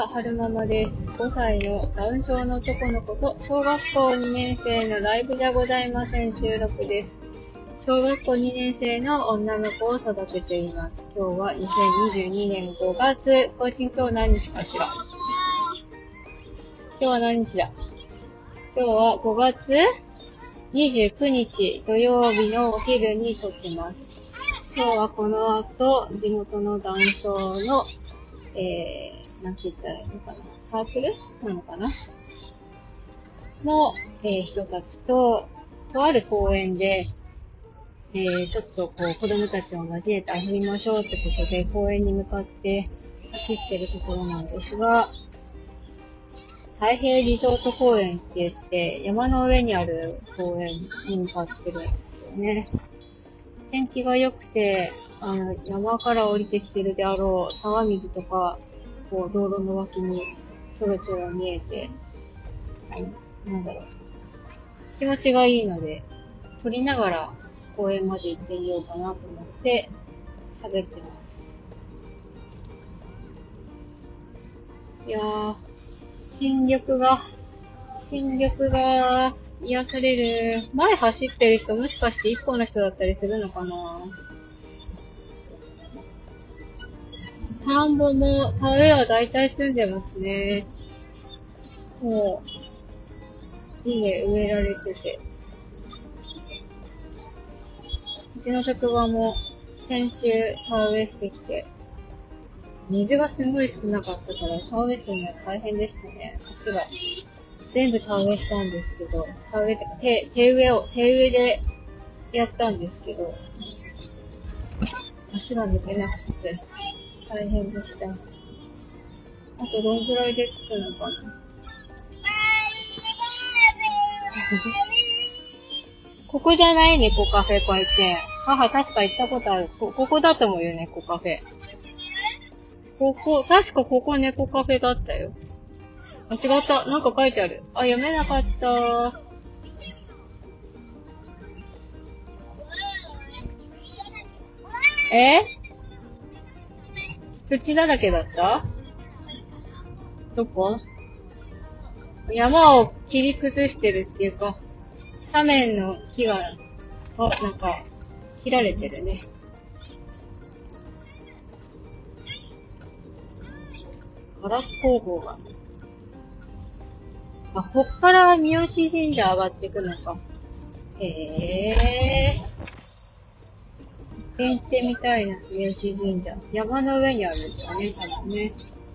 は、春ママです。5歳のダウン症の男の子と小学校2年生のライブじゃございません収録です。小学校2年生の女の子を育てています。今日は2022年5月。コーチン今日何日かしら。今日は何日だ。今日は5月29日土曜日のお昼に撮ってます。今日はこの後、地元のダウン症の、なんて言ったらいいのかな。サークルなのかなの、人たちとある公園で、ちょっとこう子供たちを交えて遊びましょうってことで公園に向かって走ってるところなんですが、太平リゾート公園って言って山の上にある公園に向かってるんですよね。天気が良くて、山から降りてきてるであろう沢水とか、こう道路の脇にちょろちょろ見えて、なんだろう。気持ちがいいので、撮りながら公園まで行ってみようかなと思って喋ってます。いやー、新緑が癒される。前走ってる人もしかして一本の人だったりするのかな。田んぼも田植えは大体済んでますね。もう、稲植えられてて。うちの職場も先週田植えしてきて、水がすごい少なかったから田植えするのは大変でしたね。足が全部田植えしたんですけど、田植えとか手植えでやったんですけど、足が抜けなくて大変でした。あとどんくらいで着くのかな。ここじゃない猫カフェこうやって。母確か行ったことある。ここだと思うよ、猫カフェ。確かここ猫カフェだったよ。あ、違った。なんか書いてある。あ、読めなかった。土だらけだった？どこ？山を切り崩してるっていうか、斜面の木が、なんか、切られてるね。ガラス工房が。あ、こっから三好神社上がっていくのか。行ってみたいな、三好神社。山の上にあるんだね、多分ね。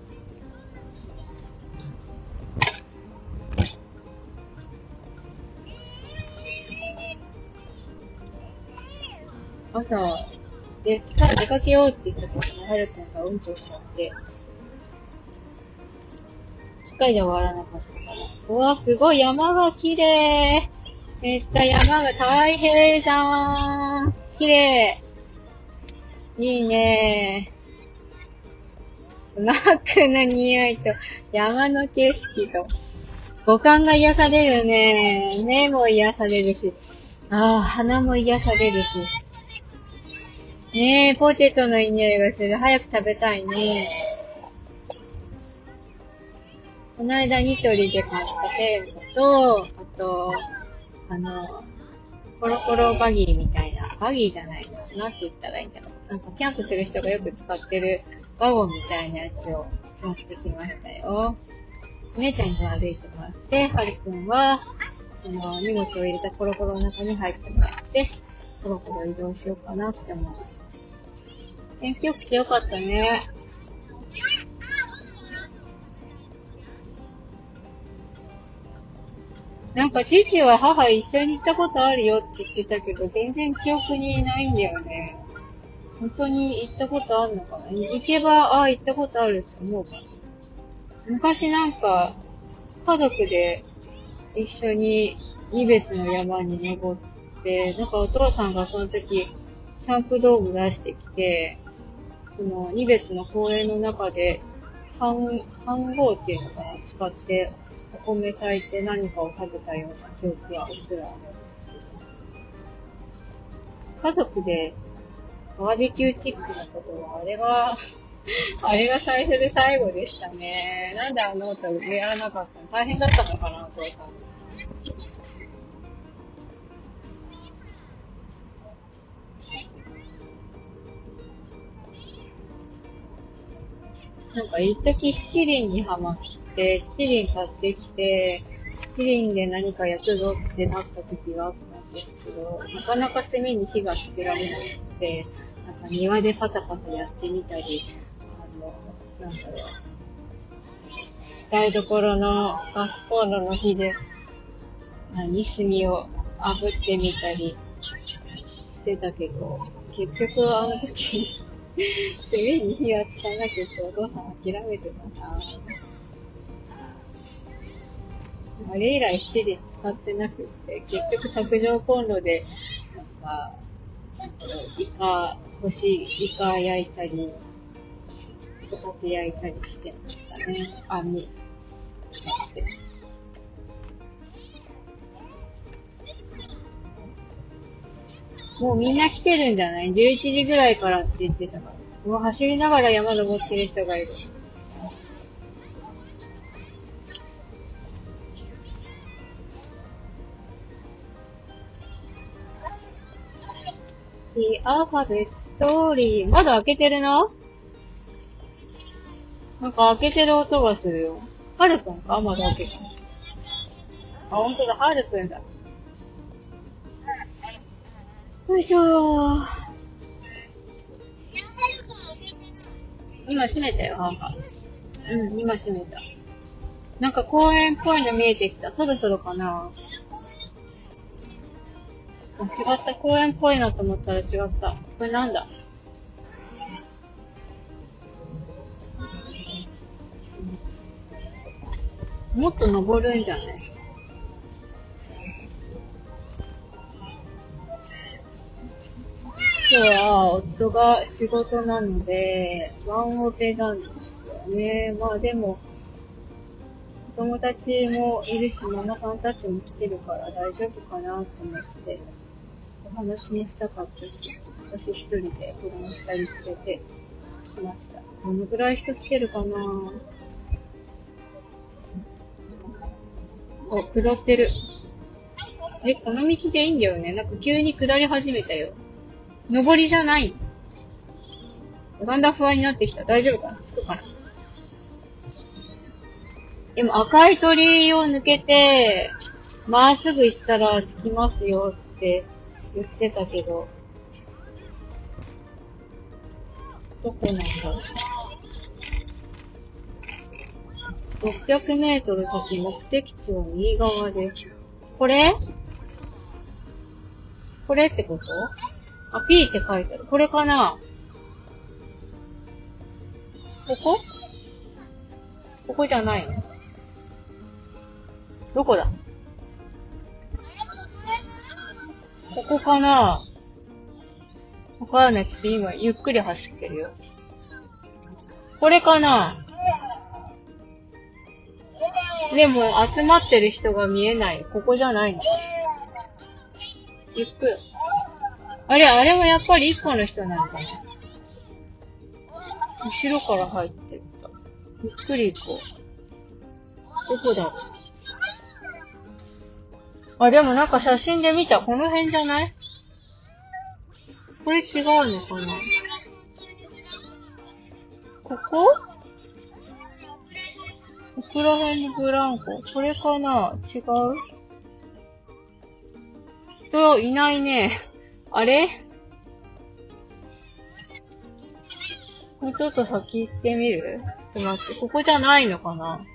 朝、出かけようって言った時に、はるくんがうんちをしちゃって、しっかりで終わらなかったから。うわ、すごい山が綺麗。めっちゃ山が大平じゃん。綺麗。いいねー。マークの匂いと山の景色と五感が癒されるね。目も癒されるし、鼻も癒されるし。ねえ、ポテトのいい匂いがする。早く食べたいね。この間ニトリで買ったテーマと、あと、コロコロバギーみたいな、バギーじゃないな。なんて言ったらいいんだろう。なんかキャンプする人がよく使ってるワゴンみたいなやつを持ってきましたよ。お姉ちゃんが歩いてもらって、はるくんは、荷物を入れたコロコロの中に入ってもらって、コロコロ移動しようかなって思う。天気良くてよかったね。なんか父は母一緒に行ったことあるよって言ってたけど、全然記憶にないんだよね。本当に行ったことあるのかな？行けば、行ったことあるって思うかな。昔なんか、家族で一緒に二別の山に登って、なんかお父さんがその時、キャンプ道具出してきて、その二別の公園の中で、飯盒っていうのかな、使って、お米炊いて何かを食べたような記憶がうっすらある。家族でバーベキューチックなことは、あれがあれが最初で最後でしたね。なんであの音やらなかったの？大変だったのかな、お父さん。なんか一時七輪にハマって、七輪買ってきて、七輪で何か焼くぞってなった時があったんですけど、なかなか炭に火がつけられなくて、なんか庭でパタパタやってみたり、なんだろう、台所のガスコンロの火で、炭を炙ってみたりしてたけど、結局あの時、炭に火がつかなくてお父さん諦めてたな。あれ以来七輪使ってなくて、結局卓上コンロで、なんか、イカ焼いたり、ホタテ焼いたりしてましたね。網。もうみんな来てるんじゃない？ 11 時ぐらいからって言ってたから。もう走りながら山登ってる人がいる。The Alphabet Story。まだ開けてるの？なんか開けてる音がするよ。ハルくんか？まだ開けた。あ、ほんとだ、ハルくんだ。よいしょー。今閉めたよ、母。今閉めた。なんか公園っぽいの見えてきた。そろそろかな？違った。公園っぽいなと思ったら違った。これなんだ？もっと登るんじゃない？今日は夫が仕事なので、ワンオペなんですよね。まあでも、子供たちもいるし、ママさんたちも来てるから大丈夫かなと思って、お話もしたかったし、私一人で子供二人連れて来ました。どのぐらい人来てるかな？お、下ってる。この道でいいんだよね。なんか急に下り始めたよ。上りじゃない。だんだん不安になってきた。大丈夫かな？そうかな。でも赤い鳥居を抜けて、まっすぐ行ったら着きますよって言ってたけど、どこなんだろう。600メートル先、目的地は右側です。これってこと？あ、P って書いてある。これかな？ここじゃないの？どこだ？ここかな？わかんない。ちょっと今、ゆっくり走ってるよ。これかな？でも、集まってる人が見えない。ここじゃないの？ゆっくり。あれもやっぱり一個の人なのかな？後ろから入ってった。ゆっくり行こう。どこだろう？あ、でもなんか写真で見た。この辺じゃない？これ違うのかな？ここ？ここら辺のブランコ。これかな？違う？人いないね。あれ？もうちょっと先行ってみる？ちょっと待って。ここじゃないのかな？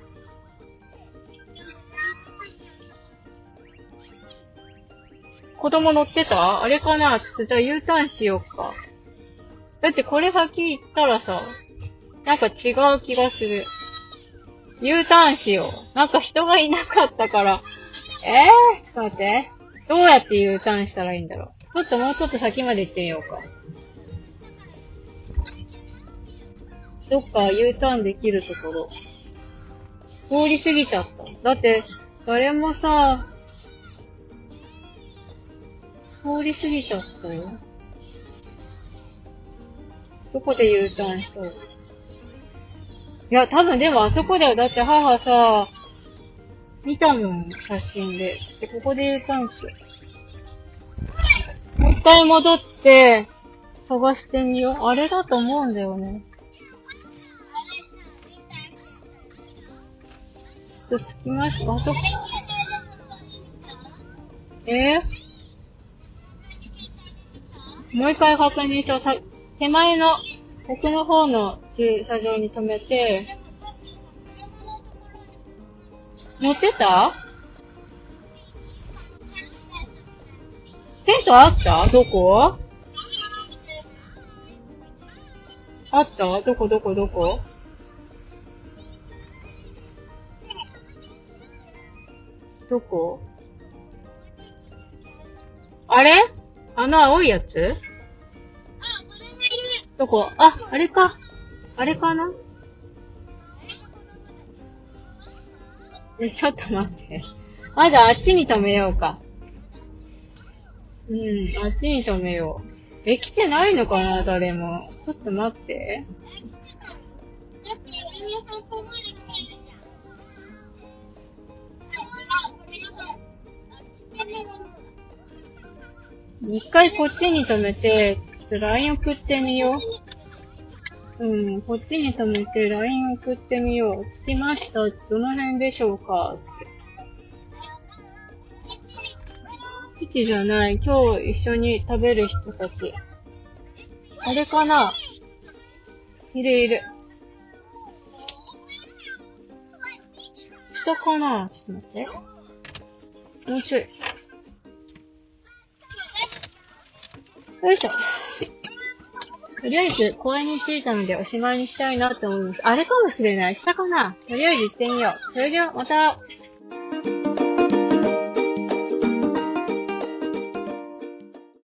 子供乗ってた？あれかな？ちょっとじゃあ U ターンしようか。だってこれ先行ったらさ、なんか違う気がする。U ターンしよう。なんか人がいなかったから。ちょっと待って。どうやって U ターンしたらいいんだろう。もうちょっと先まで行ってみようか。どっか U ターンできるところ。通り過ぎちゃった。だって、誰もさ、通り過ぎちゃったよ。 どこで U ターンした？いや、多分でもあそこだよ。だって母さ、見たもん、写真で。で、ここで U ターンしよう。もう一回戻って、探してみよう。あれだと思うんだよね。ちょっと着きました。あそこ。もう一回確認しよう。手前の、奥の方の駐車場に止めて、乗ってた？テントあった？どこ？あった？どこ？どこ？あれ？あの青いやつ？どこ？あ、あれか。あれかな？ちょっと待って。まだあっちに止めようか。あっちに止めよう。来てないのかな、誰も。ちょっと待って。一回こっちに止めて、ちょっと LINE 送ってみよう。こっちに止めて LINE 送ってみよう。着きました。どの辺でしょうか？基地じゃない。今日一緒に食べる人たち。あれかな？いる。下かな？ちょっと待って。もうちょい。よいしょ。とりあえず公園に着いたのでおしまいにしたいなって思います。あれかもしれない。下かな？とりあえず行ってみよう。それではまた。